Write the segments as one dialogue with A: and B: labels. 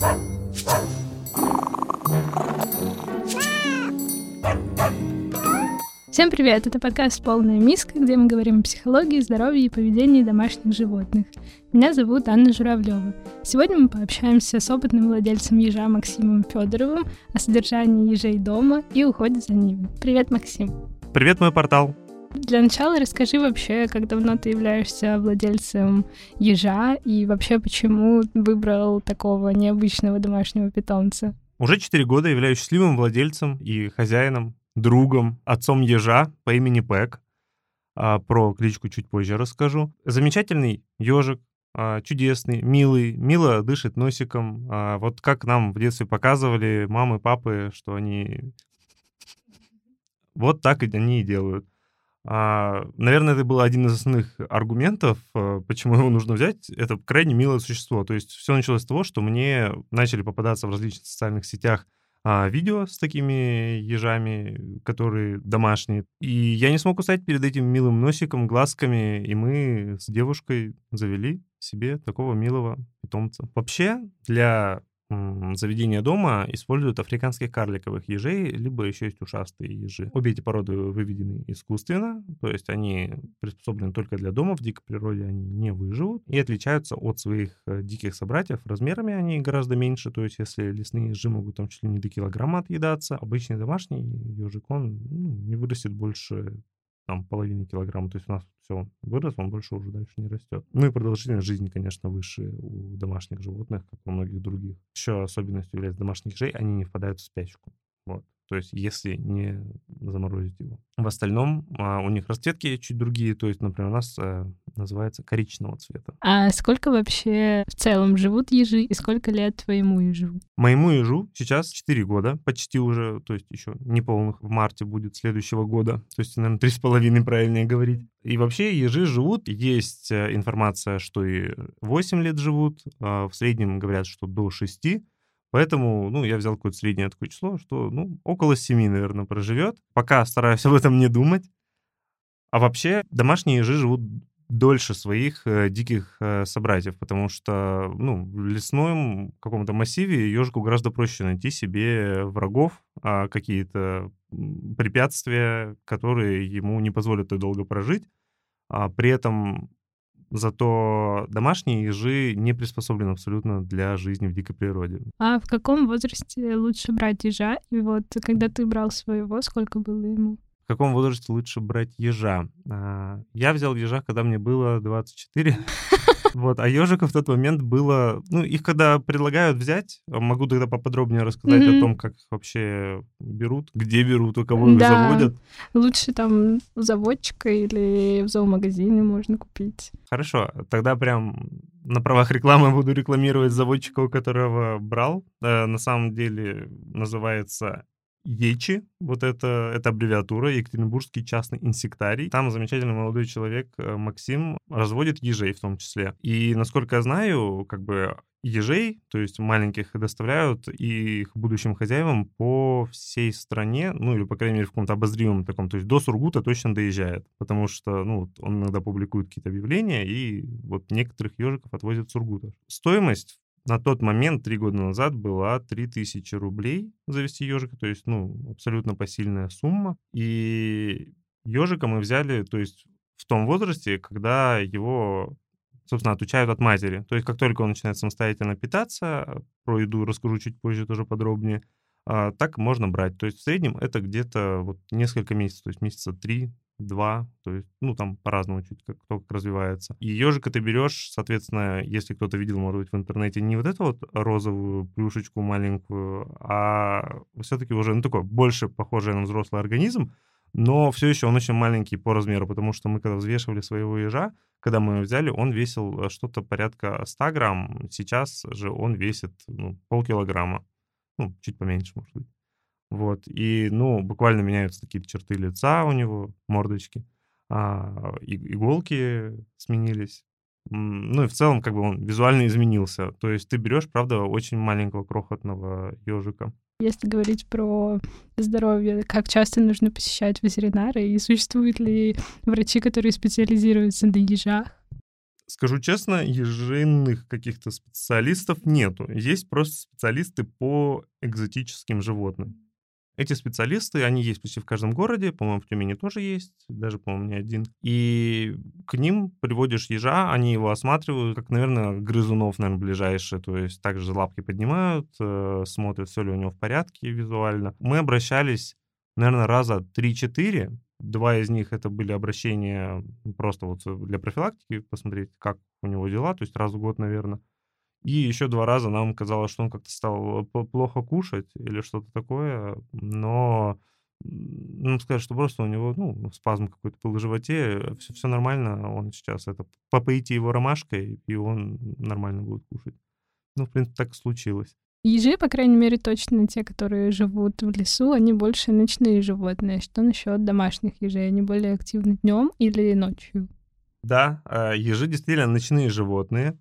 A: Всем привет! Это подкаст «Полная миска», где мы говорим о психологии, здоровье и поведении домашних животных. Меня зовут Анна Журавлева. Сегодня мы пообщаемся с опытным владельцем ежа Максимом Федоровым о содержании ежей дома и уходе за ними. Привет, Максим!
B: Привет, мой портал!
A: Для начала расскажи вообще, как давно ты являешься владельцем ежа и вообще почему выбрал такого необычного домашнего питомца?
B: Уже 4 года являюсь счастливым владельцем и хозяином, другом, отцом ежа по имени Пэк. Про кличку чуть позже расскажу. Замечательный ежик, чудесный, милый, мило дышит носиком. Вот как нам в детстве показывали мамы, папы, что они вот так они и делают. Наверное, это был один из основных аргументов, почему его нужно взять. Это крайне милое существо. То есть все началось с того, что мне начали попадаться в различных социальных сетях видео с такими ежами, которые домашние. И я не смог устоять перед этим милым носиком, глазками, и мы с девушкой завели себе такого милого питомца. Вообще, для заведения дома используют африканских карликовых ежей, либо еще есть ушастые ежи. Обе эти породы выведены искусственно, то есть они приспособлены только для дома, в дикой природе они не выживут и отличаются от своих диких собратьев. Размерами они гораздо меньше, то есть если лесные ежи могут там чуть ли не до килограмма отъедаться, обычный домашний ежик, он не вырастет больше половины килограмма, то есть у нас все вырос, он больше уже дальше не растет. Ну и продолжительность жизни, конечно, выше у домашних животных, как у многих других. Еще особенностью является домашних ежей, они не впадают в спячку. Вот. То есть если не заморозить его. В остальном у них расцветки чуть другие, то есть, например, у нас называется коричневого цвета.
A: А сколько вообще в целом живут ежи и сколько лет твоему ежу?
B: Моему ежу сейчас 4 года, почти уже, то есть еще не полных, в марте будет следующего года, то есть, наверное, 3,5 правильнее говорить. И вообще ежи живут, есть информация, что и 8 лет живут, в среднем говорят, что до 6. Поэтому, я взял какое-то среднее такое число, что, около 7, наверное, проживет. Пока стараюсь об этом не думать. А вообще, домашние ежи живут дольше своих диких собратьев, потому что, в лесном каком-то массиве ежику гораздо проще найти себе врагов, какие-то препятствия, которые ему не позволят так долго прожить. При этом зато домашние ежи не приспособлены абсолютно для жизни в дикой природе.
A: А в каком возрасте лучше брать ежа? И вот когда ты брал своего, сколько было ему?
B: В каком возрасте лучше брать ежа? Я взял ежа, когда мне было 24. Вот, а ежиков в тот момент было... их когда предлагают взять, могу тогда поподробнее рассказать о том, как их вообще берут, где берут, у кого их заводят.
A: Лучше там у заводчика или в зоомагазине можно купить.
B: Хорошо, тогда прям на правах рекламы буду рекламировать заводчика, у которого брал. На самом деле называется ЕЧИ, вот это аббревиатура, Екатеринбургский частный инсектарий. Там замечательный молодой человек Максим разводит ежей в том числе. И, насколько я знаю, ежей, то есть маленьких, доставляют и их будущим хозяевам по всей стране, или, по крайней мере, в каком-то обозримом таком, то есть до Сургута точно доезжает, потому что, он иногда публикует какие-то объявления, и вот некоторых ежиков отвозят в Сургута. Стоимость на тот момент, 3 года назад, была 3000 рублей завести ежика, то есть, абсолютно посильная сумма. И ежика мы взяли, то есть, в том возрасте, когда его, собственно, отучают от матери. То есть, как только он начинает самостоятельно питаться, про еду расскажу чуть позже тоже подробнее, так можно брать. То есть, в среднем это где-то несколько месяцев, то есть, месяца 3-2, то есть, там по-разному чуть кто как развивается. И ежика ты берешь, соответственно, если кто-то видел, может быть, в интернете, не вот эту вот розовую плюшечку маленькую, а все-таки уже, такой больше похожий на взрослый организм, но все еще он очень маленький по размеру, потому что мы когда взвешивали своего ежа, когда мы его взяли, он весил что-то порядка 100 грамм, сейчас же он весит полкилограмма, чуть поменьше, может быть. Вот, и, буквально меняются какие-то черты лица у него, мордочки, иголки сменились. И в целом, он визуально изменился. То есть ты берешь, правда, очень маленького крохотного ежика.
A: Если говорить про здоровье, как часто нужно посещать ветеринара, и существуют ли врачи, которые специализируются на ежах?
B: Скажу честно, ежиных каких-то специалистов нету. Есть просто специалисты по экзотическим животным. Эти специалисты, они есть почти в каждом городе, по-моему, в Тюмени тоже есть, даже, по-моему, не один. И к ним приводишь ежа, они его осматривают, как, наверное, грызунов, наверное, ближайшие, то есть также лапки поднимают, смотрят, все ли у него в порядке визуально. Мы обращались, наверное, раза 3-4. Два из них это были обращения просто вот для профилактики, посмотреть, как у него дела, то есть раз в год, наверное. И еще 2 раза нам казалось, что он как-то стал плохо кушать или что-то такое, но, нам сказали, что просто у него, ну, спазм какой-то был в животе, все нормально, он сейчас попоите его ромашкой, и он нормально будет кушать. Ну, в принципе, так и случилось.
A: Ежи, по крайней мере, точно те, которые живут в лесу, они больше ночные животные. Что насчет домашних ежей? Они более активны днем или ночью?
B: Да, ежи действительно ночные животные.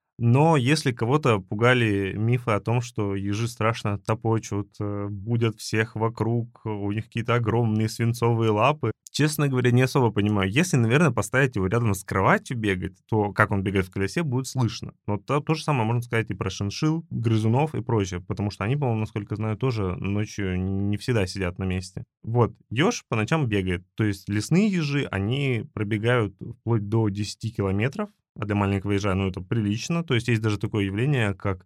B: Но если кого-то пугали мифы о том, что ежи страшно топочут, будят всех вокруг, у них какие-то огромные свинцовые лапы, честно говоря, не особо понимаю. Если, наверное, поставить его рядом с кроватью бегать, то как он бегает в колесе, будет слышно. Но то же самое можно сказать и про шиншилл, грызунов и прочее, потому что они, по-моему, насколько знаю, тоже ночью не всегда сидят на месте. Вот, еж по ночам бегает. То есть лесные ежи, они пробегают вплоть до 10 километров, а для маленького ежа, ну, это прилично. То есть есть даже такое явление, как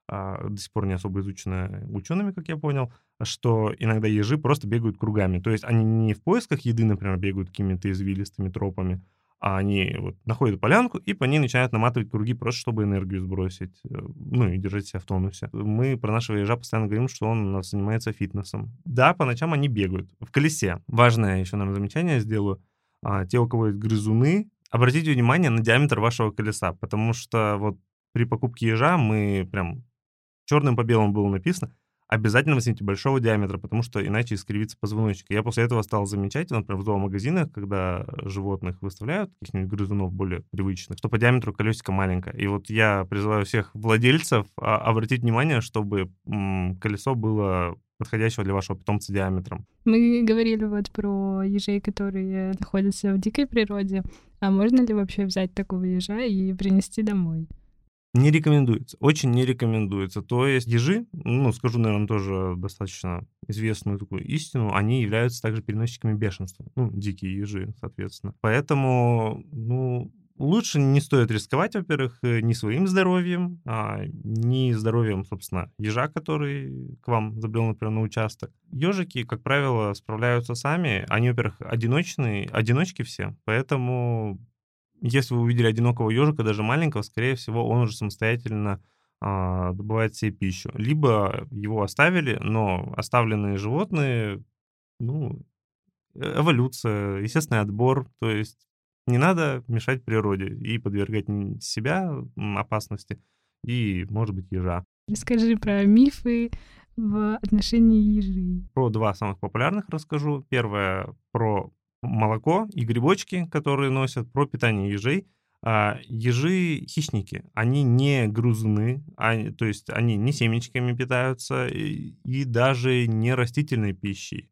B: до сих пор не особо изученное учеными, как я понял, что иногда ежи просто бегают кругами. То есть они не в поисках еды, например, бегают какими-то извилистыми тропами, а они вот находят полянку и по ней начинают наматывать круги просто, чтобы энергию сбросить, ну, и держать себя в тонусе. Мы про нашего ежа постоянно говорим, что он у нас занимается фитнесом. Да, по ночам они бегают в колесе. Важное еще, наверное, замечание сделаю. Те, у кого есть грызуны, обратите внимание на диаметр вашего колеса, потому что вот при покупке ежа мы прям черным по белому было написано: обязательно возьмите большого диаметра, потому что иначе искривится позвоночник. Я после этого стал замечать, например, в зоомагазинах, когда животных выставляют, каких-нибудь грызунов более привычных, что по диаметру колесико маленькое. И вот я призываю всех владельцев обратить внимание, чтобы колесо было подходящего для вашего питомца диаметром.
A: Мы говорили вот про ежей, которые находятся в дикой природе. А можно ли вообще взять такого ежа и принести домой?
B: Не рекомендуется, очень не рекомендуется. То есть ежи, ну, скажу, наверное, тоже достаточно известную такую истину, они являются также переносчиками бешенства. Ну, дикие ежи, соответственно. Поэтому, ну, лучше не стоит рисковать, во-первых, ни своим здоровьем, ни здоровьем, собственно, ежа, который к вам забрел, например, на участок. Ежики, как правило, справляются сами. Они, во-первых, одиночки все, поэтому если вы увидели одинокого ежика, даже маленького, скорее всего, он уже самостоятельно добывает себе пищу. Либо его оставили, но оставленные животные, ну, эволюция, естественный отбор, то есть не надо мешать природе и подвергать себя опасности и, может быть, ежа.
A: Расскажи про мифы в отношении ежей.
B: Про два самых популярных расскажу. Первое про молоко и грибочки, которые носят, про питание ежей. Ежи хищники, они не грызуны, то есть они не семечками питаются и даже не растительной пищей.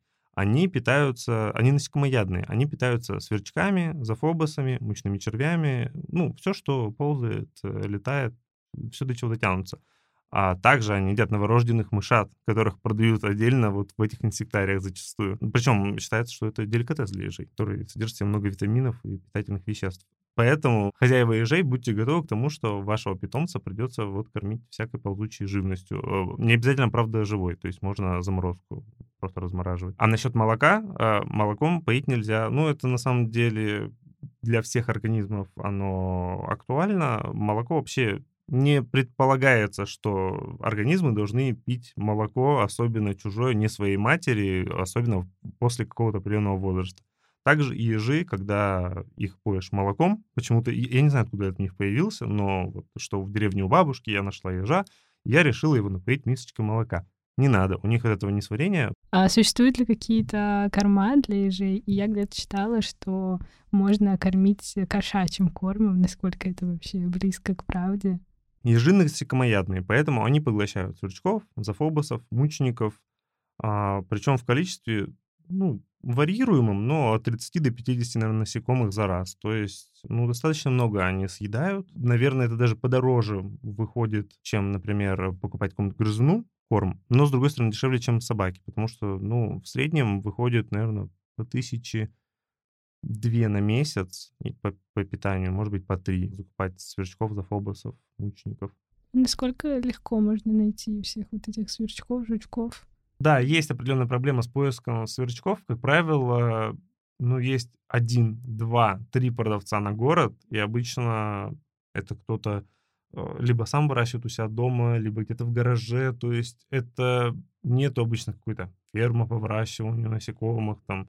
B: Они насекомоядные, они питаются сверчками, зоофобосами, мучными червями, ну, все, что ползает, летает, все до чего дотянутся. А также они едят новорожденных мышат, которых продают отдельно вот в этих инсектариях зачастую. Причем считается, что это деликатес для ежей, который содержит в себе много витаминов и питательных веществ. Поэтому, хозяева ежей, будьте готовы к тому, что вашего питомца придется вот кормить всякой ползучей живностью. Не обязательно, правда, живой, то есть можно заморозку просто размораживать. А насчет молока, молоком поить нельзя. Ну, это на самом деле для всех организмов оно актуально. Молоко вообще не предполагается, что организмы должны пить молоко, особенно чужое, не своей матери, особенно после какого-то определенного возраста. Также и ежи, когда их поешь молоком, почему-то, я не знаю, откуда это у них появился, но вот, что в деревне у бабушки я нашла ежа, я решила его напоить мисочкой молока. Не надо, у них от этого несварения.
A: А существуют ли какие-то корма для ежей? И я где-то читала, что можно кормить кошачьим кормом, насколько это вообще близко к правде.
B: Ежи насекомоядные, поэтому они поглощают сверчков, зоофобосов, мучеников, причем в количестве, ну, варьируемым, но от 30 до 50, наверно, насекомых за раз. То есть, ну, достаточно много они съедают. Наверное, это даже подороже выходит, чем, например, покупать какому-то грызуну корм, но, с другой стороны, дешевле, чем собаке, потому что, ну, в среднем выходит, наверно, по 1002 на месяц и по питанию, может быть, по 3 закупать сверчков, зоофобусов, мучеников.
A: Насколько легко можно найти всех вот этих сверчков, жучков?
B: Да, есть определенная проблема с поиском сверчков. Как правило, ну, есть один, 2, 3 продавца на город, и обычно это кто-то, либо сам выращивает у себя дома, либо где-то в гараже. То есть это нету обычно какой-то фермы по выращиванию насекомых там.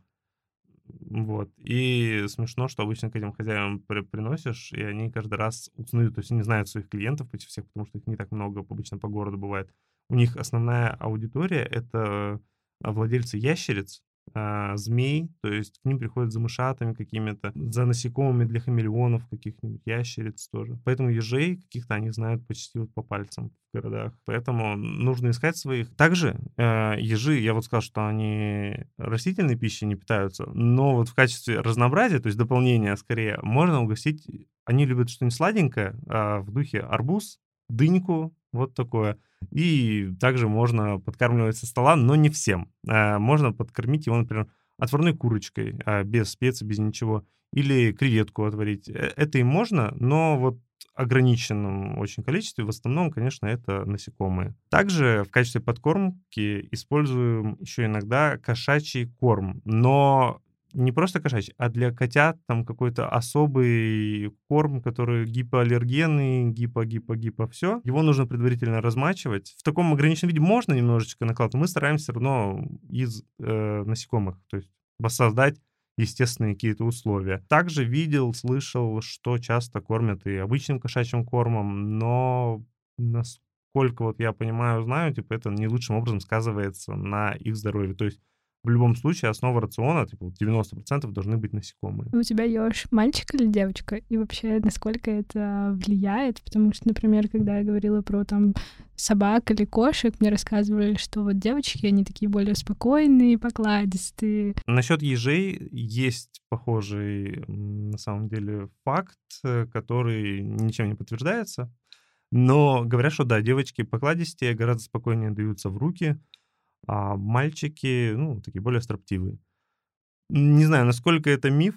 B: Вот. И смешно, что обычно к этим хозяевам приносишь, и они каждый раз узнают, то есть они знают своих клиентов почти всех, потому что их не так много обычно по городу бывает. У них основная аудитория — это владельцы ящериц, змей, то есть к ним приходят за мышатами какими-то, за насекомыми для хамелеонов, каких-нибудь ящериц тоже. Поэтому ежей каких-то они знают почти вот по пальцам в городах. Поэтому нужно искать своих. Также ежи, я вот сказал, что они растительной пищей не питаются, но вот в качестве разнообразия, то есть дополнения скорее, можно угостить. Они любят что-нибудь сладенькое, в духе арбуз, дыньку, вот такое. И также можно подкармливать со стола, но не всем. Можно подкормить его, например, отварной курочкой, без специй, без ничего, или креветку отварить. Это и можно, но вот ограниченном очень количестве. В основном, конечно, это насекомые. Также в качестве подкормки используем еще иногда кошачий корм, но не просто кошачий, а для котят там какой-то особый корм, который гипоаллергенный, гипо, все. Его нужно предварительно размачивать. В таком ограниченном виде можно немножечко накладывать, но мы стараемся все равно из насекомых, то есть воссоздать естественные какие-то условия. Также видел, слышал, что часто кормят и обычным кошачьим кормом, но насколько вот я понимаю, знаю, типа это не лучшим образом сказывается на их здоровье. То есть в любом случае основа рациона, типа 90% должны быть насекомые.
A: У тебя еж мальчик или девочка? И вообще, насколько это влияет? Потому что, например, когда я говорила про там собак или кошек, мне рассказывали, что вот девочки, они такие более спокойные, покладистые.
B: Насчет ежей есть похожий, на самом деле, факт, который ничем не подтверждается. Но говорят, что да, девочки покладистее, гораздо спокойнее даются в руки, а мальчики, ну, такие более строптивые. Не знаю, насколько это миф,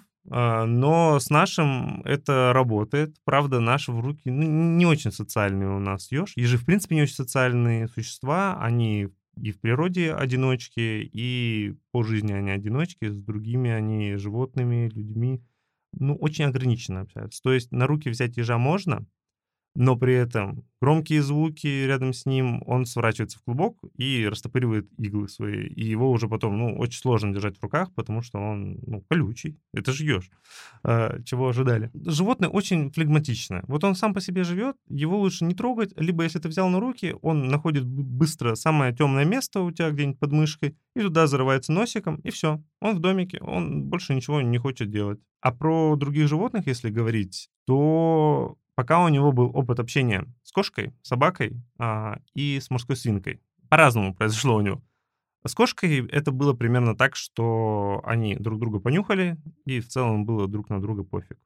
B: но с нашим это работает. Правда, наш в руки, ну, не очень социальный у нас еж. Ежи, в принципе, не очень социальные существа. Они и в природе одиночки, и по жизни они одиночки. С другими они животными, людьми, ну, очень ограниченно общаются. То есть на руки взять ежа можно, но при этом громкие звуки рядом с ним, он сворачивается в клубок и растопыривает иглы свои. И его уже потом, ну, очень сложно держать в руках, потому что он, ну, колючий. Это же еж. Чего ожидали? Животное очень флегматичное. Вот он сам по себе живет, его лучше не трогать, либо если ты взял на руки, он находит быстро самое темное место у тебя где-нибудь под мышкой, и туда зарывается носиком, и все. Он в домике, он больше ничего не хочет делать. А про других животных, если говорить, то пока у него был опыт общения с кошкой, собакой и с морской свинкой. По-разному произошло у него. С кошкой это было примерно так, что они друг друга понюхали, и в целом было друг на друга пофиг.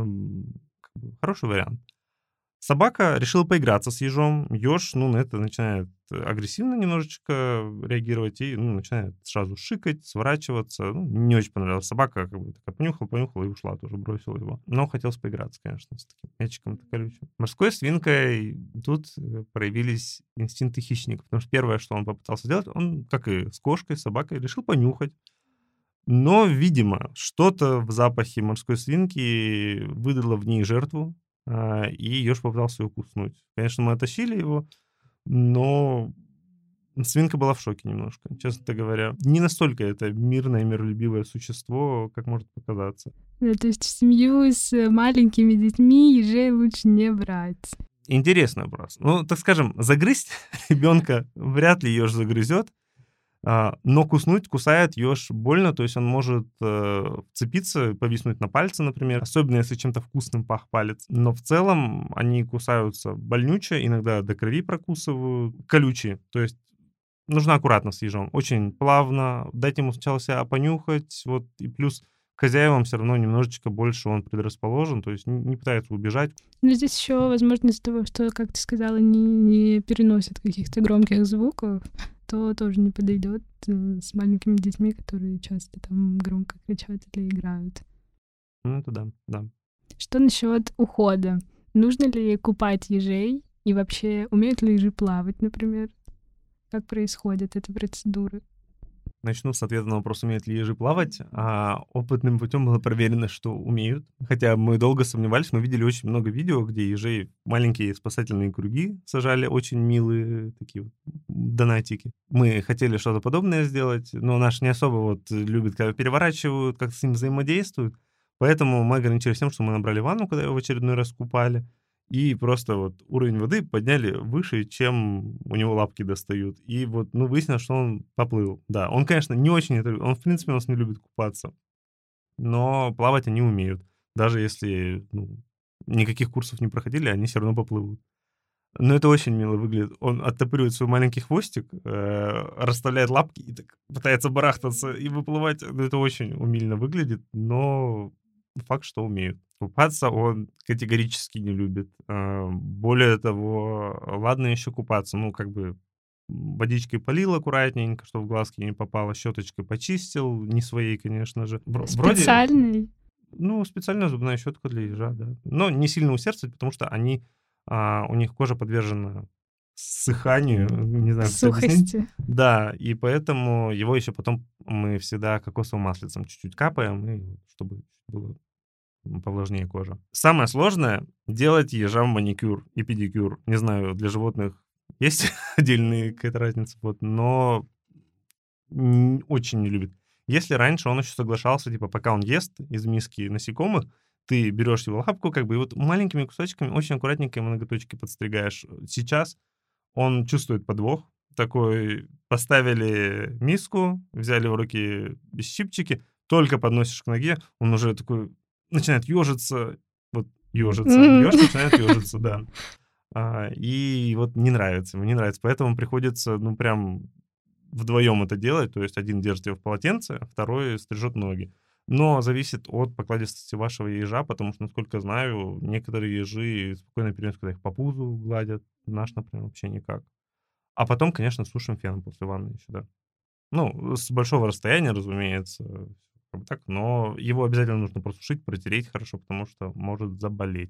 B: Как бы хороший вариант. Собака решила поиграться с ежом. Еж, ну, на это начинает агрессивно немножечко реагировать и, ну, начинает сразу шикать, сворачиваться. Ну, не очень понравилась. Собака как бы такая понюхала и ушла тоже, бросила его. Но хотелось поиграться, конечно, с таким мячиком-то колючим. Морской свинкой тут проявились инстинкты хищника, потому что первое, что он попытался сделать, он, как и с кошкой, с собакой, решил понюхать. Но, видимо, что-то в запахе морской свинки выдало в ней жертву, и еж попытался ее куснуть. Конечно, мы оттащили его, но свинка была в шоке немножко, честно говоря. Не настолько это мирное, миролюбивое существо, как может показаться.
A: Да, то есть в семью с маленькими детьми ежей лучше не брать.
B: Интересный вопрос. Ну, так скажем, загрызть ребенка вряд ли еж загрызет, но кусает еж больно, то есть он может вцепиться, повиснуть на пальце, например, особенно если чем-то вкусным пах палец. Но в целом они кусаются больнюче, иногда до крови прокусывают, колючие. То есть нужно аккуратно с ежом, очень плавно, дать ему сначала себя понюхать, вот, и плюс к хозяевам все равно немножечко больше он предрасположен, то есть не пытается убежать.
A: Но здесь еще, возможно, из-за того, что, как ты сказала, не переносят каких-то громких звуков, то тоже не подойдет с маленькими детьми, которые часто там громко кричат или играют.
B: Ну, это да, да.
A: Что насчет ухода? Нужно ли купать ежей? И вообще, умеют ли ежи плавать, например? Как происходит эта процедура?
B: Начну с ответа на вопрос, умеют ли ежи плавать. Опытным путем было проверено, что умеют. Хотя мы долго сомневались, мы видели очень много видео, где ежей маленькие спасательные круги сажали, очень милые такие вот донатики. Мы хотели что-то подобное сделать, но наш не особо вот любит, когда переворачивают, как с ним взаимодействуют. Поэтому мы ограничились тем, что мы набрали ванну, когда его в очередной раз купали, и просто вот уровень воды подняли выше, чем у него лапки достают. И вот, ну, выяснилось, что он поплыл. Да, он, конечно, не очень это он, в принципе, у нас не любит купаться, но плавать они умеют. Даже если, ну, никаких курсов не проходили, они все равно поплывут. Но это очень мило выглядит. Он оттопыривает свой маленький хвостик, расставляет лапки и так пытается барахтаться и выплывать. Ну, это очень умильно выглядит, но факт, что умеют. Купаться он категорически не любит. Более того, ладно еще купаться, ну, как бы водичкой полил аккуратненько, чтобы в глазки не попало, щеточкой почистил, не своей, конечно же. Вроде,
A: Специальный?
B: ну, специальная зубная щетка для ежа, да. Но не сильно усердствовать, потому что у них кожа подвержена ссыханию, не знаю, как это объяснить.
A: Сухости?
B: Да, и поэтому его еще потом мы всегда кокосовым маслицем чуть-чуть капаем, и чтобы было повлажнее кожа. Самое сложное — делать ежам маникюр и педикюр. Не знаю, для животных есть отдельная какая-то разница, вот, но очень не любит. Если раньше он еще соглашался, типа, пока он ест из миски насекомых, ты берешь его лапку, как бы, и вот маленькими кусочками очень аккуратненько ему ноготочки подстригаешь. Сейчас он чувствует подвох. Такой, поставили миску, взяли в руки щипчики, только подносишь к ноге, он уже такой начинает ежиться, вот ежиться.
A: М.
B: Еж начинает ежиться, да. И вот не нравится, ему не нравится. Поэтому приходится, ну, прям вдвоем это делать. То есть один держит его в полотенце, а второй стрижет ноги. Но зависит от покладистости вашего ежа, потому что, насколько знаю, некоторые ежи спокойно переносят, когда их по пузу гладят. Наш, например, вообще никак. А потом, конечно, сушим феном после ванны еще, да. Ну, с большого расстояния, разумеется, как бы так, но его обязательно нужно просушить, протереть хорошо, потому что может заболеть.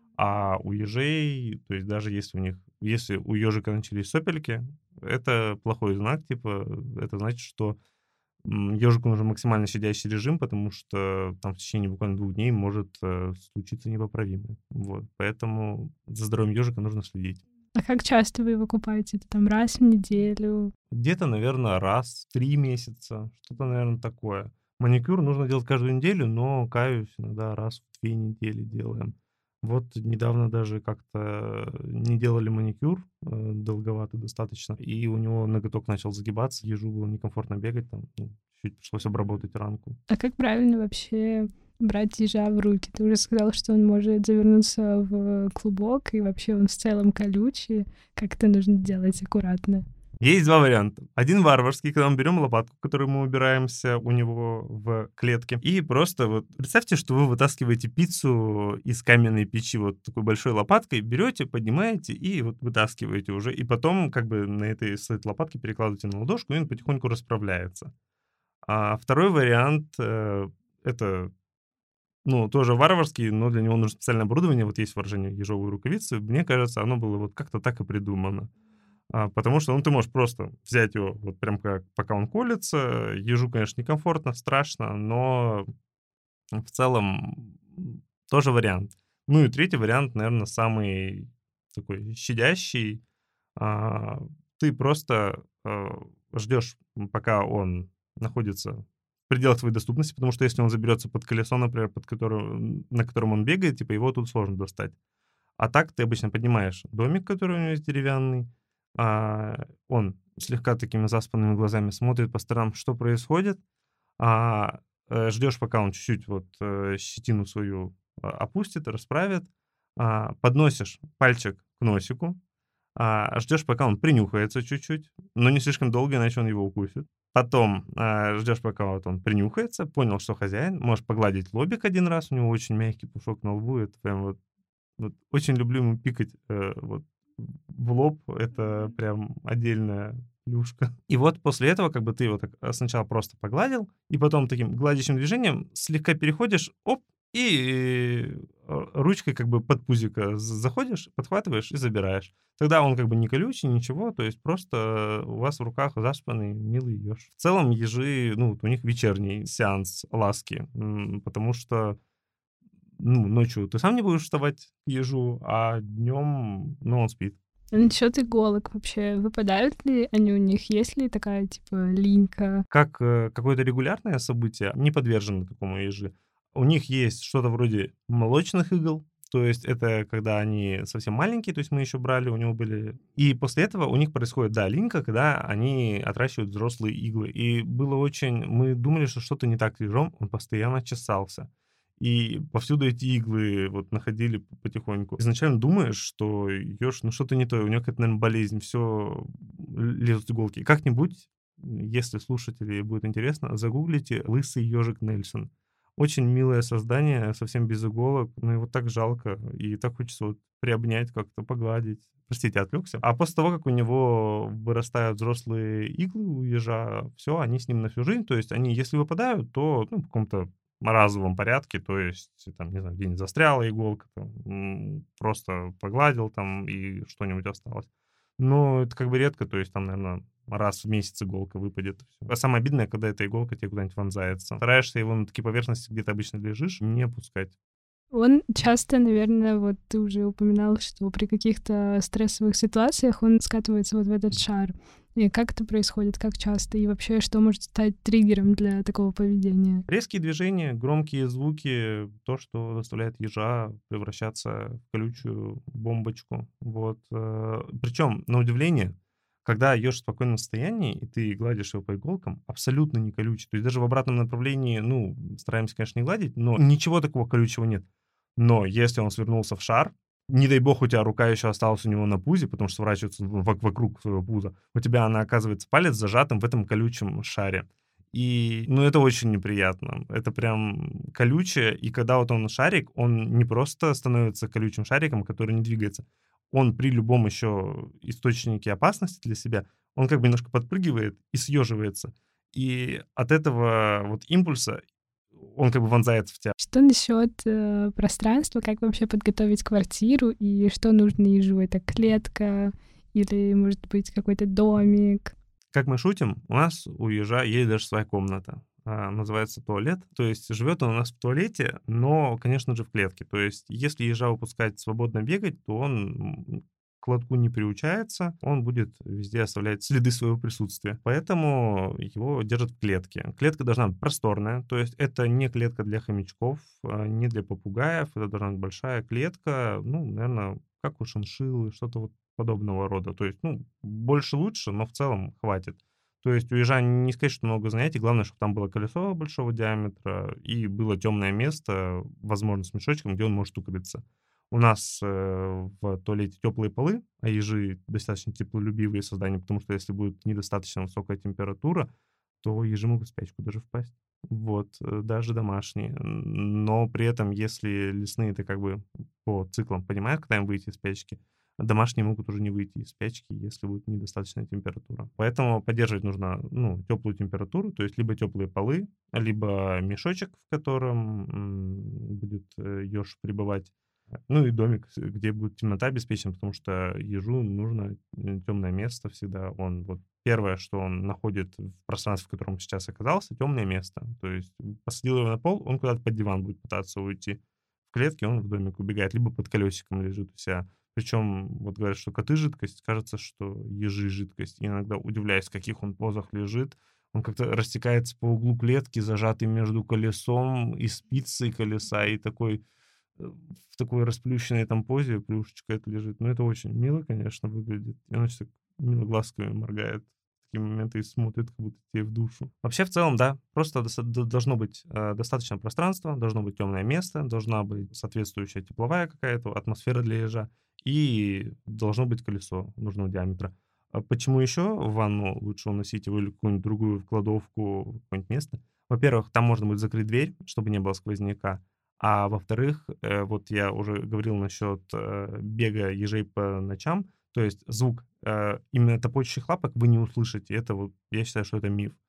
B: А у ежей, то есть даже если у ежика начались сопельки, это плохой знак, типа, это значит, что ежику нужен максимально щадящий режим, потому что там в течение буквально 2 дней может случиться непоправимое. Вот, поэтому за здоровьем ежика нужно следить.
A: А как часто вы его купаете? Это там раз в неделю?
B: Где-то, наверное, раз в 3 месяца, что-то, наверное, такое. Маникюр нужно делать каждую неделю, но, каюсь, иногда раз в 2 недели делаем. Вот недавно даже как-то не делали маникюр, долговато достаточно, и у него ноготок начал загибаться, ежу было некомфортно бегать, там, ну, чуть пришлось обработать ранку.
A: А как правильно вообще брать ежа в руки? Ты уже сказал, что он может завернуться в клубок, и вообще он в целом колючий. Как это нужно делать аккуратно?
B: Есть 2 варианта. Один варварский, когда мы берем лопатку, которую мы убираемся у него в клетке, и просто вот представьте, что вы вытаскиваете пиццу из каменной печи вот такой большой лопаткой, берете, поднимаете и вот вытаскиваете уже, и потом как бы с этой лопатки перекладываете на ладошку, и он потихоньку расправляется. А второй вариант, это, ну, тоже варварский, но для него нужно специальное оборудование. Вот есть выражение "ежовые рукавицы". Мне кажется, оно было вот как-то так и придумано. Потому что, ну, ты можешь просто взять его вот прям как пока он колется. Ежу, конечно, некомфортно, страшно, но в целом тоже вариант. Ну и третий вариант, наверное, самый такой щадящий. А, Ты просто, ждешь, пока он находится в пределах твоей доступности, потому что если он заберется под колесо, например, на котором он бегает, типа, его тут сложно достать. А так ты обычно поднимаешь домик, который у него есть деревянный, он слегка такими заспанными глазами смотрит по сторонам, что происходит, ждешь, пока он чуть-чуть вот щетину свою опустит, расправит, подносишь пальчик к носику, Ждешь, пока он принюхается чуть-чуть, но не слишком долго, иначе он его укусит. Потом ждешь, пока вот он принюхается, понял, что хозяин, можешь погладить лобик один раз, у него очень мягкий пушок на лбу, это прям вот очень люблю ему пикать вот в лоб, это прям отдельная плюшка. И вот после этого как бы ты его так сначала просто погладил, и потом таким гладящим движением слегка переходишь, оп, и ручкой как бы под пузико заходишь, подхватываешь и забираешь. Тогда он как бы не колючий, ничего, то есть просто у вас в руках заспанный милый еж. В целом ежи, ну, вот у них вечерний сеанс ласки, потому что ну, ночью ты сам не будешь вставать к ежу, а днем, ну, он спит.
A: Насчет иголок вообще, выпадают ли они у них? Есть ли такая, типа, линька?
B: Как какое-то регулярное событие, не подвержены такому ежи. У них есть что-то вроде молочных игл, то есть это когда они совсем маленькие, то есть мы еще брали, у него были... И после этого у них происходит, да, линька, когда они отращивают взрослые иглы. И было очень... Мы думали, что что-то не так с ежом, он постоянно чесался. И повсюду эти иглы вот находили потихоньку. Изначально думаешь, что еж, ну что-то не то, у него какая-то, наверное, болезнь, все лезут иголки. Как-нибудь, если слушателям будет интересно, загуглите «Лысый ежик Нельсон». Очень милое создание, совсем без иголок, но его так жалко, и так хочется вот приобнять как-то, погладить. Простите, отвлекся. А после того, как у него вырастают взрослые иглы у ежа, все, они с ним на всю жизнь. То есть они, если выпадают, то ну, в каком-то разовом порядке, то есть, там, не знаю, где-нибудь застряла иголка, там, просто погладил там, и что-нибудь осталось. Но это как бы редко, то есть там, наверное, раз в месяц иголка выпадет. И всё. А самое обидное, когда эта иголка тебе куда-нибудь вонзается. Стараешься его на такие поверхности, где ты обычно лежишь, не опускать.
A: Он часто, наверное, вот ты уже упоминал, что при каких-то стрессовых ситуациях он скатывается вот в этот шар. И как это происходит, как часто, и вообще, что может стать триггером для такого поведения?
B: Резкие движения, громкие звуки, то, что заставляет ежа превращаться в колючую бомбочку. Вот. Причем, на удивление, когда еж в спокойном состоянии, и ты гладишь его по иголкам, абсолютно не колючий. То есть даже в обратном направлении, ну, стараемся, конечно, не гладить, но ничего такого колючего нет. Но если он свернулся в шар, не дай бог, у тебя рука еще осталась у него на пузе, потому что сворачивается вокруг своего пуза, у тебя она оказывается палец зажатым в этом колючем шаре. И, ну, это очень неприятно. Это прям колючее. И когда вот он шарик, он не просто становится колючим шариком, который не двигается. Он при любом еще источнике опасности для себя, он как бы немножко подпрыгивает и съеживается. И от этого вот импульса он как бы вонзается в тебя.
A: Что насчет пространства? Как вообще подготовить квартиру? И что нужно ежу? Это клетка или, может быть, какой-то домик?
B: Как мы шутим, у нас у ежа есть даже своя комната. Называется туалет. То есть живет он у нас в туалете, но, конечно же, в клетке. То есть если ежа выпускать свободно бегать, то он к лотку не приучается, он будет везде оставлять следы своего присутствия. Поэтому его держат в клетке. Клетка должна быть просторная, то есть это не клетка для хомячков, не для попугаев, это должна быть большая клетка, ну, наверное, как у шиншиллы, что-то вот подобного рода. То есть, ну, больше лучше, но в целом хватит. То есть у ежа не сказать, что много занятий. Главное, чтобы там было колесо большого диаметра и было темное место, возможно, с мешочком, где он может укрыться. У нас в туалете теплые полы, а ежи достаточно теплолюбивые создания, потому что если будет недостаточно высокая температура, то ежи могут в спячку даже впасть. Вот, даже домашние. Но при этом, если лесные, это как бы по циклам понимают, когда им выйти из спячки, домашние могут уже не выйти из спячки, если будет недостаточная температура. Поэтому поддерживать нужно, ну, теплую температуру, то есть либо теплые полы, либо мешочек, в котором будет еж пребывать, ну и домик, где будет темнота обеспечена, потому что ежу нужно темное место всегда. Он вот первое, что он находит в пространстве, в котором сейчас оказался, темное место. То есть посадил его на пол, он куда-то под диван будет пытаться уйти. В клетке он в домик убегает, либо под колесиком лежит у себя. Причем, вот говорят, что коты жидкость, кажется, что ежи жидкость. И иногда удивляюсь, в каких он позах лежит. Он как-то растекается по углу клетки, зажатый между колесом и спицей колеса, и такой в такой расплющенной там позе плюшечка это лежит. Но это очень мило, конечно, выглядит. И он очень так мило глазками моргает в такие моменты и смотрит, как будто тебе в душу. Вообще, в целом, да, просто должно быть достаточно пространства, должно быть темное место, должна быть соответствующая тепловая какая-то атмосфера для ежа. и должно быть колесо нужного диаметра. А почему еще в ванну лучше уносить его или в какую-нибудь другую в кладовку, в какое-нибудь место? Во-первых, там можно будет закрыть дверь, чтобы не было сквозняка. А во-вторых, вот я уже говорил насчет бега ежей по ночам. То есть звук именно топочущих лапок вы не услышите. Это вот, я считаю, что это миф.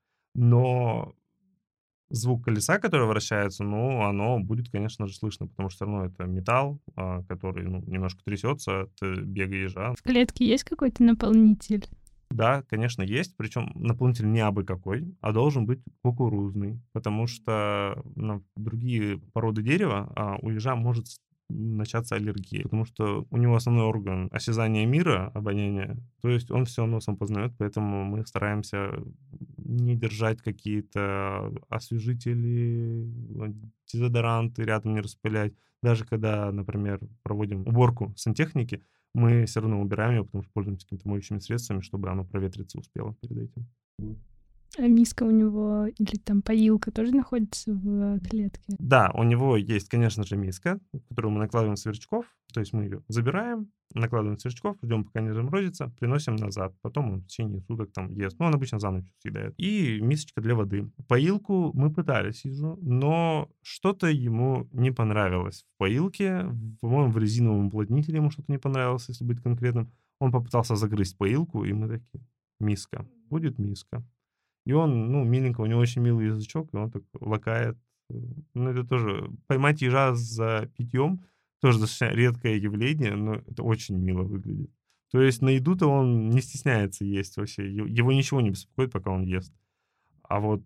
B: Но звук колеса, которое вращается, ну, оно будет, конечно же, слышно, потому что всё равно это металл, который, ну, немножко трясется от бега ежа.
A: В клетке есть какой-то наполнитель?
B: Да, конечно, есть, причем наполнитель не абы какой, а должен быть кукурузный, потому что на другие породы дерева у ежа может начаться аллергия, потому что у него основной орган осязания мира, обоняния, то есть он все носом познает, поэтому мы стараемся не держать какие-то освежители, дезодоранты рядом не распылять. Даже когда, например, проводим уборку сантехники, мы все равно убираем его, потому что пользуемся какими-то моющими средствами, чтобы оно проветриться успело перед этим. Вот.
A: А миска у него или там поилка тоже находится в клетке?
B: Да, у него есть, конечно же, миска, в которую мы накладываем сверчков. То есть мы ее забираем, накладываем сверчков, ждем, пока не заморозится, приносим назад. Потом он в течение суток там ест. Ну, он обычно за ночь съедает. И мисочка для воды. Поилку мы пытались ежу, но что-то ему не понравилось в поилке. По-моему, в резиновом уплотнителе ему что-то не понравилось, если быть конкретным. Он попытался загрызть поилку, и мы такие: миска, будет миска. И он, ну, миленько, у него очень милый язычок, и он так лакает. Ну, это тоже поймать ежа за питьем тоже достаточно редкое явление, но это очень мило выглядит. То есть на еду-то он не стесняется есть вообще. Его ничего не беспокоит, пока он ест. А вот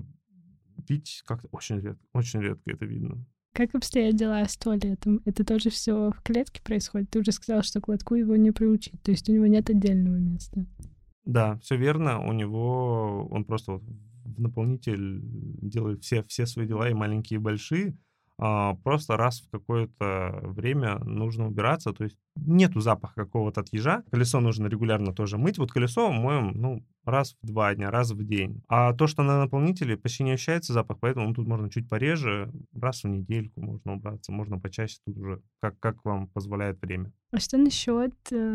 B: пить как-то очень редко это видно.
A: Как обстоят дела с туалетом? Это тоже все в клетке происходит? Ты уже сказал, что к лотку его не приучить, то есть у него нет отдельного места.
B: Да, все верно. У него он просто вот в наполнитель делает все свои дела, и маленькие, и большие. Просто раз в какое-то время нужно убираться. То есть нету запаха какого-то от ежа. Колесо нужно регулярно тоже мыть. Вот колесо моем, ну, раз в 2 дня, раз в день. А то, что на наполнителе, почти не ощущается запах, поэтому тут можно чуть пореже, раз в недельку можно убраться, можно почаще, тут уже как вам позволяет время.
A: А что насчет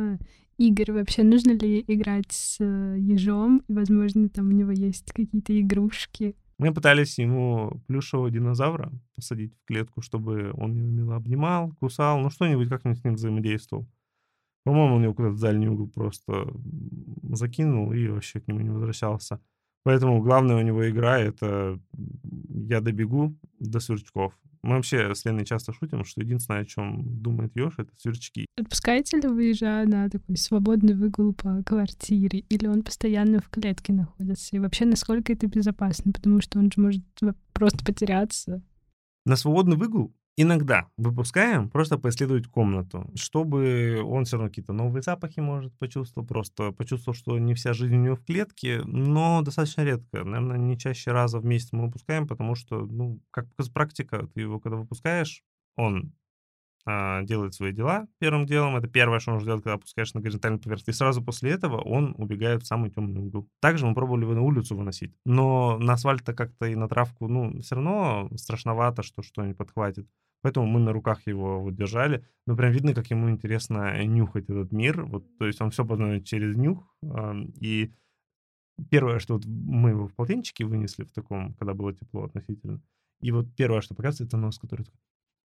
A: игр? Вообще нужно ли играть с ежом? И, возможно, там у него есть какие-то игрушки.
B: Мы пытались ему плюшевого динозавра посадить в клетку, чтобы он его мило обнимал, кусал, ну что-нибудь, как-нибудь с ним взаимодействовал. По-моему, он его куда-то в дальний угол просто закинул и вообще к нему не возвращался. Поэтому главная у него игра — это я добегу до сверчков. Мы вообще с Леной часто шутим, что единственное, о чем думает еж, это сверчки.
A: Отпускаете ли вы ежа на такой свободный выгул по квартире? Или он постоянно в клетке находится? И вообще, насколько это безопасно? Потому что он же может просто потеряться.
B: На свободный выгул иногда выпускаем просто поисследовать комнату, чтобы он все равно какие-то новые запахи, может, почувствовал, просто почувствовал, что не вся жизнь у него в клетке, но достаточно редко. Наверное, не чаще раза в месяц мы выпускаем, потому что, ну, как показывает практика, ты его когда выпускаешь, он делает свои дела первым делом. Это первое, что нужно делать, когда опускаешь на горизонтальную поверхность. И сразу после этого он убегает в самый темный угол. Также мы пробовали его на улицу выносить. Но на асфальт-то как-то и на травку, ну, все равно страшновато, что что-нибудь подхватит. Поэтому мы на руках его вот держали. Но прям видно, как ему интересно нюхать этот мир. Вот, то есть он все познает через нюх. И первое, что вот мы его в полотенчике вынесли в таком, когда было тепло относительно. И вот первое, что показывает, это нос, который такой: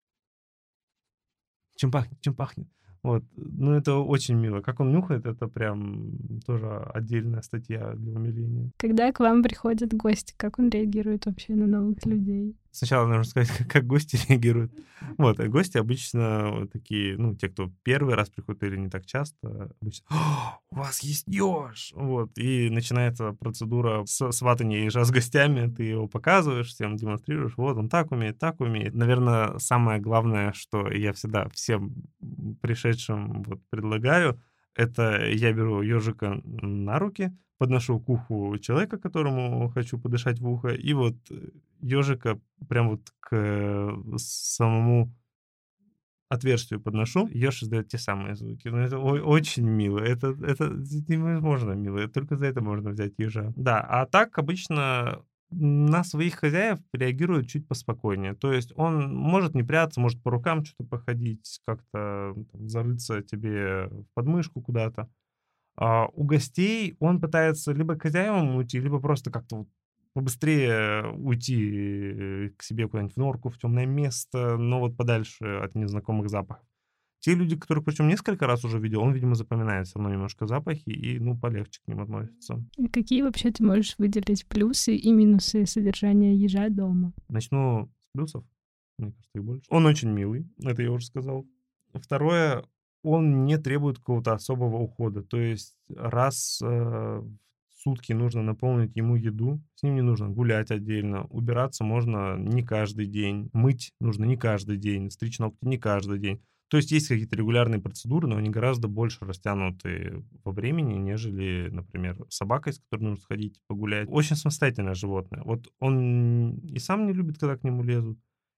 B: чем пахнет, чем пахнет. Вот. Ну, это очень мило. Как он нюхает, это прям тоже отдельная статья для умиления.
A: Когда к вам приходят гости, как он реагирует вообще на новых людей?
B: Сначала нужно сказать, как гости реагируют. Вот, а гости обычно такие, ну, те, кто первый раз приходит или не так часто, обычно: у вас есть еж! Вот, и начинается процедура сватания ежа с гостями. Ты его показываешь, всем демонстрируешь. Вот, он так умеет, так умеет. Наверное, самое главное, что я всегда всем пришедшим вот предлагаю, это я беру ежика на руки, подношу к уху человека, которому хочу подышать в ухо, и вот ежика прям вот к самому отверстию подношу. Еж издает те самые звуки. Ну, это очень мило. Это невозможно мило. Только за это можно взять ежа. Да, а так обычно на своих хозяев реагирует чуть поспокойнее. То есть он может не прятаться, может по рукам что-то походить, как-то там зарыться тебе в подмышку куда-то. А у гостей он пытается либо к хозяевам уйти, либо просто как-то вот побыстрее уйти к себе куда-нибудь в норку, в темное место, но вот подальше от незнакомых запахов. Те люди, которых причем несколько раз уже видел, он, видимо, запоминает всё равно немножко запахи и, ну, полегче к ним относится.
A: И какие вообще ты можешь выделить плюсы и минусы содержания ежа дома?
B: Начну с плюсов. Мне кажется, их больше. Он очень милый, это я уже сказал. Второе, он не требует какого-то особого ухода. То есть раз, в сутки нужно наполнить ему еду, с ним не нужно гулять отдельно, убираться можно не каждый день, мыть нужно не каждый день, стричь ногти не каждый день. То есть есть какие-то регулярные процедуры, но они гораздо больше растянуты во времени, нежели, например, собака, с которой нужно сходить погулять. Очень самостоятельное животное. Вот он и сам не любит, когда к нему лезут,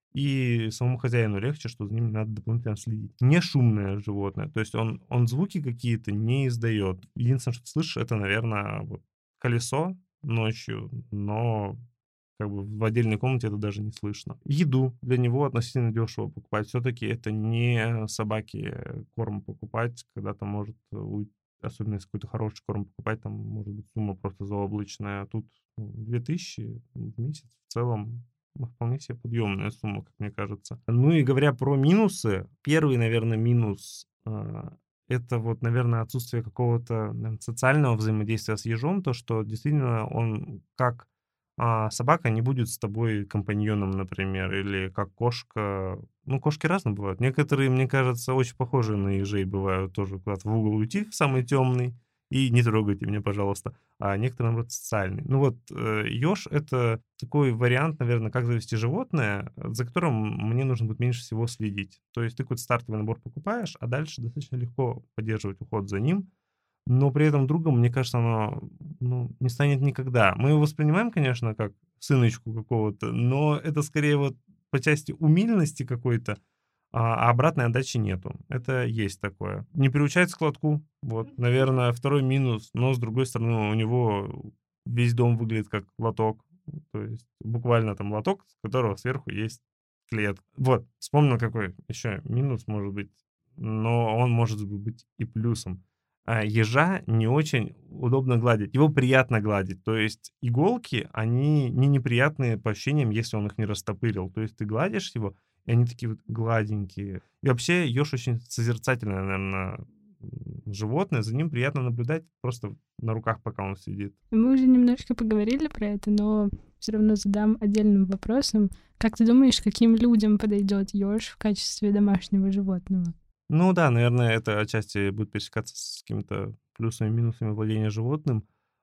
B: и самому хозяину легче, что за ним не надо дополнительно следить. Не шумное животное, то есть он звуки какие-то не издает. Единственное, что ты слышишь, это, наверное, вот колесо ночью, но как бы в отдельной комнате это даже не слышно. Еду для него относительно дешево покупать. Все-таки это не собаке корм покупать, когда там может особенно если какой-то хороший корм покупать, там может быть сумма просто заоблачная. А тут 2000 в месяц в целом вполне себе подъемная сумма, как мне кажется. Ну и говоря про минусы, первый, наверное, минус это вот, наверное, отсутствие какого-то социального взаимодействия с ежом, то, что действительно он как собака не будет с тобой компаньоном, например, или как кошка. Ну, кошки разные бывают. Некоторые, мне кажется, очень похожие на ежей бывают тоже куда-то в угол уйти, в самый темный, и не трогайте меня, пожалуйста. А некоторые, наоборот, социальные. Ну вот, еж — это такой вариант, наверное, как завести животное, за которым мне нужно будет меньше всего следить. То есть ты какой-то стартовый набор покупаешь, а дальше достаточно легко поддерживать уход за ним, но при этом другом, мне кажется, оно, ну, не станет никогда. Мы его воспринимаем, конечно, как сыночку какого-то, но это скорее вот по части умильности какой-то, а обратной отдачи нету. Это есть такое. Не приучается к лотку. Вот, наверное, второй минус. Но, с другой стороны, у него весь дом выглядит как лоток. То есть буквально там лоток, с которого сверху есть клетка. Вот, вспомнил, какой еще минус может быть, но он может быть и плюсом. Ежа не очень удобно гладить. Его приятно гладить. То есть иголки, они не неприятные по ощущениям, если он их не растопырил. То есть ты гладишь его, и они такие вот гладенькие. И вообще еж очень созерцательное, наверное, животное. За ним приятно наблюдать просто на руках, пока он сидит.
A: Мы уже немножко поговорили про это, но все равно задам отдельным вопросом. Как ты думаешь, каким людям подойдет еж в качестве домашнего животного?
B: Ну да, наверное, это отчасти будет пересекаться с какими-то плюсами и минусами владения животным.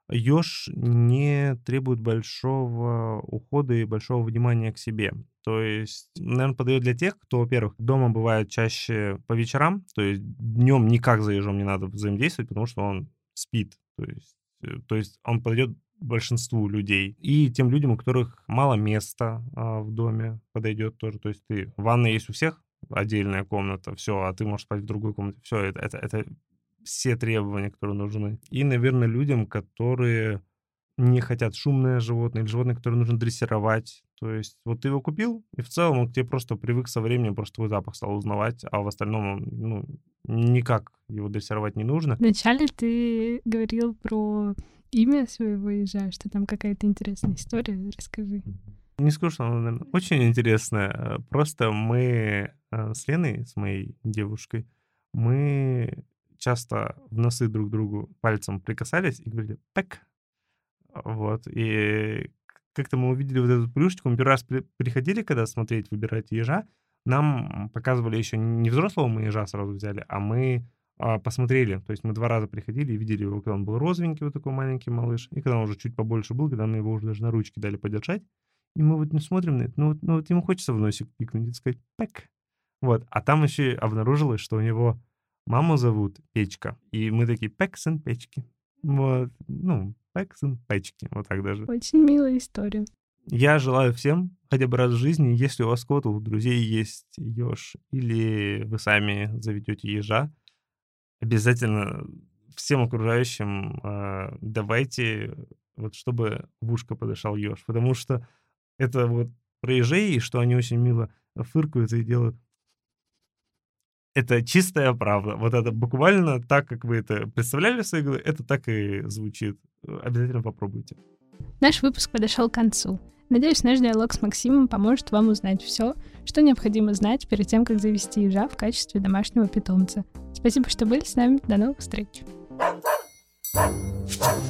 B: Еж не требует большого ухода и большого внимания к себе. То есть, наверное, подойдет для тех, кто, во-первых, дома бывает чаще по вечерам, то есть днем никак за ежом не надо взаимодействовать, потому что он спит. То есть он подойдет большинству людей. И тем людям, у которых мало места в доме, подойдет тоже. То есть ванна есть у всех, отдельная комната, все, а ты можешь спать в другой комнате. Все, это все требования, которые нужны. И, наверное, людям, которые не хотят шумное животное или животное, которое нужно дрессировать. То есть вот ты его купил, и в целом он к тебе просто привык со временем, просто твой запах стал узнавать, а в остальном он, ну, никак его дрессировать не нужно.
A: Вначале ты говорил про имя своего ежа, что там какая-то интересная история. Расскажи.
B: Не скажу, что она, наверное, очень интересная. Просто мы с Леной, с моей девушкой, мы часто в носы друг другу пальцем прикасались и говорили «пэк». Вот. И как-то мы увидели вот эту плюшечку. Мы первый раз приходили, когда смотреть, выбирать ежа, нам показывали еще не взрослого мы ежа сразу взяли, а мы посмотрели. То есть мы 2 раза приходили и видели его, когда он был розовенький, вот такой маленький малыш, и когда он уже чуть побольше был, когда мы его уже даже на ручки дали подержать. И мы вот смотрим на это, ну вот ему хочется в носик пикнуть и сказать «пэк». Вот. А там еще и обнаружилось, что у него маму зовут Печка. И мы такие «пэк, сын Печки». Вот. Ну, «пэк, сын Печки». Вот так даже.
A: Очень милая история.
B: Я желаю всем хотя бы раз в жизни, если у вас кого-то, у друзей есть еж, или вы сами заведете ежа, обязательно всем окружающим давайте вот чтобы в ушко подышал еж. Потому что это вот про ежей, что они очень мило фыркают и делают. Это чистая правда. Вот это буквально так, как вы это представляли в своей голове, это так и звучит. Обязательно попробуйте.
A: Наш выпуск подошел к концу. Надеюсь, наш диалог с Максимом поможет вам узнать все, что необходимо знать перед тем, как завести ежа в качестве домашнего питомца. Спасибо, что были с нами. До новых встреч!